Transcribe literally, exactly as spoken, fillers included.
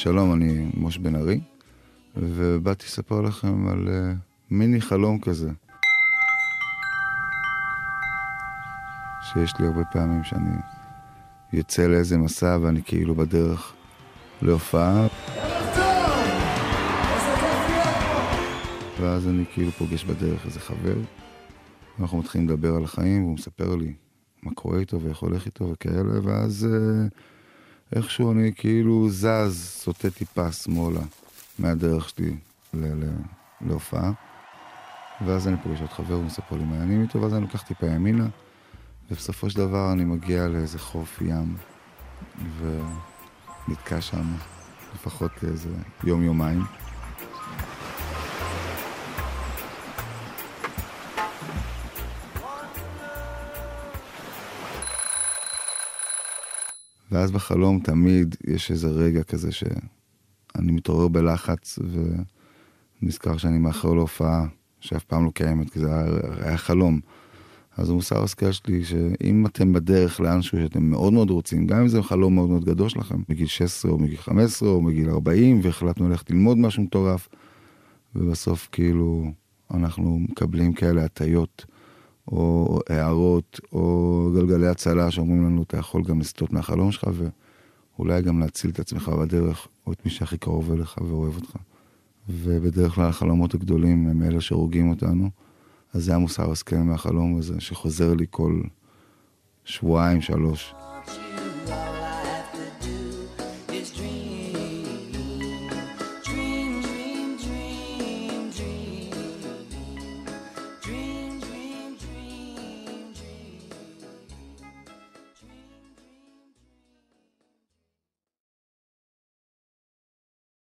שלום, אני מוש בן ארי, ובאתי לספר לכם על uh, מיני חלום כזה. שיש לי הרבה פעמים שאני יוצא לאיזה מסע ואני כאילו בדרך להופעה. ואז אני כאילו פוגש בדרך איזה חבר, ואנחנו מתחילים לדבר על החיים, והוא מספר לי מה קורה איתו ואיך הולך איתו וכאלה, ואז uh, איכשהו אני כאילו זז, סוטה טיפה שמאלה מהדרך שלי ל- ל- להופעה. ואז אני פוגש עוד חבר, הוא מספר לי מה העניינים איתו, ואז אני לוקח טיפה ימינה, ובסופו של דבר אני מגיע לאיזה חוף ים, ונתקע שם לפחות איזה יום-יומיים. ואז בחלום תמיד יש איזה רגע כזה שאני מתעורר בלחץ, ונזכר שאני מאחר להופעה שאף פעם לא קיימת, כי זה היה, היה חלום. אז המוסר השכל שלי, שאם אתם בדרך לאנשהו שאתם מאוד מאוד רוצים, גם אם זה חלום מאוד מאוד גדול שלכם, בגיל שש עשרה או מגיל חמש עשרה או מגיל ארבעים, והחלטנו ללכת ללמוד משהו מטורף, ובסוף כאילו אנחנו מקבלים כאלה הטיות, או הערות, או גלגלי הצלה שאומרים לנו, אתה יכול גם לסטות מהחלום שלך, ואולי גם להציל את עצמך בדרך, או את מי שהכי קרוב אליך ואוהב אותך. ובדרך כלל החלומות הגדולים הם אלה שהורגים אותנו, אז זה המוסר השכל מהחלום הזה, שחוזר לי כל שבועיים, שלוש.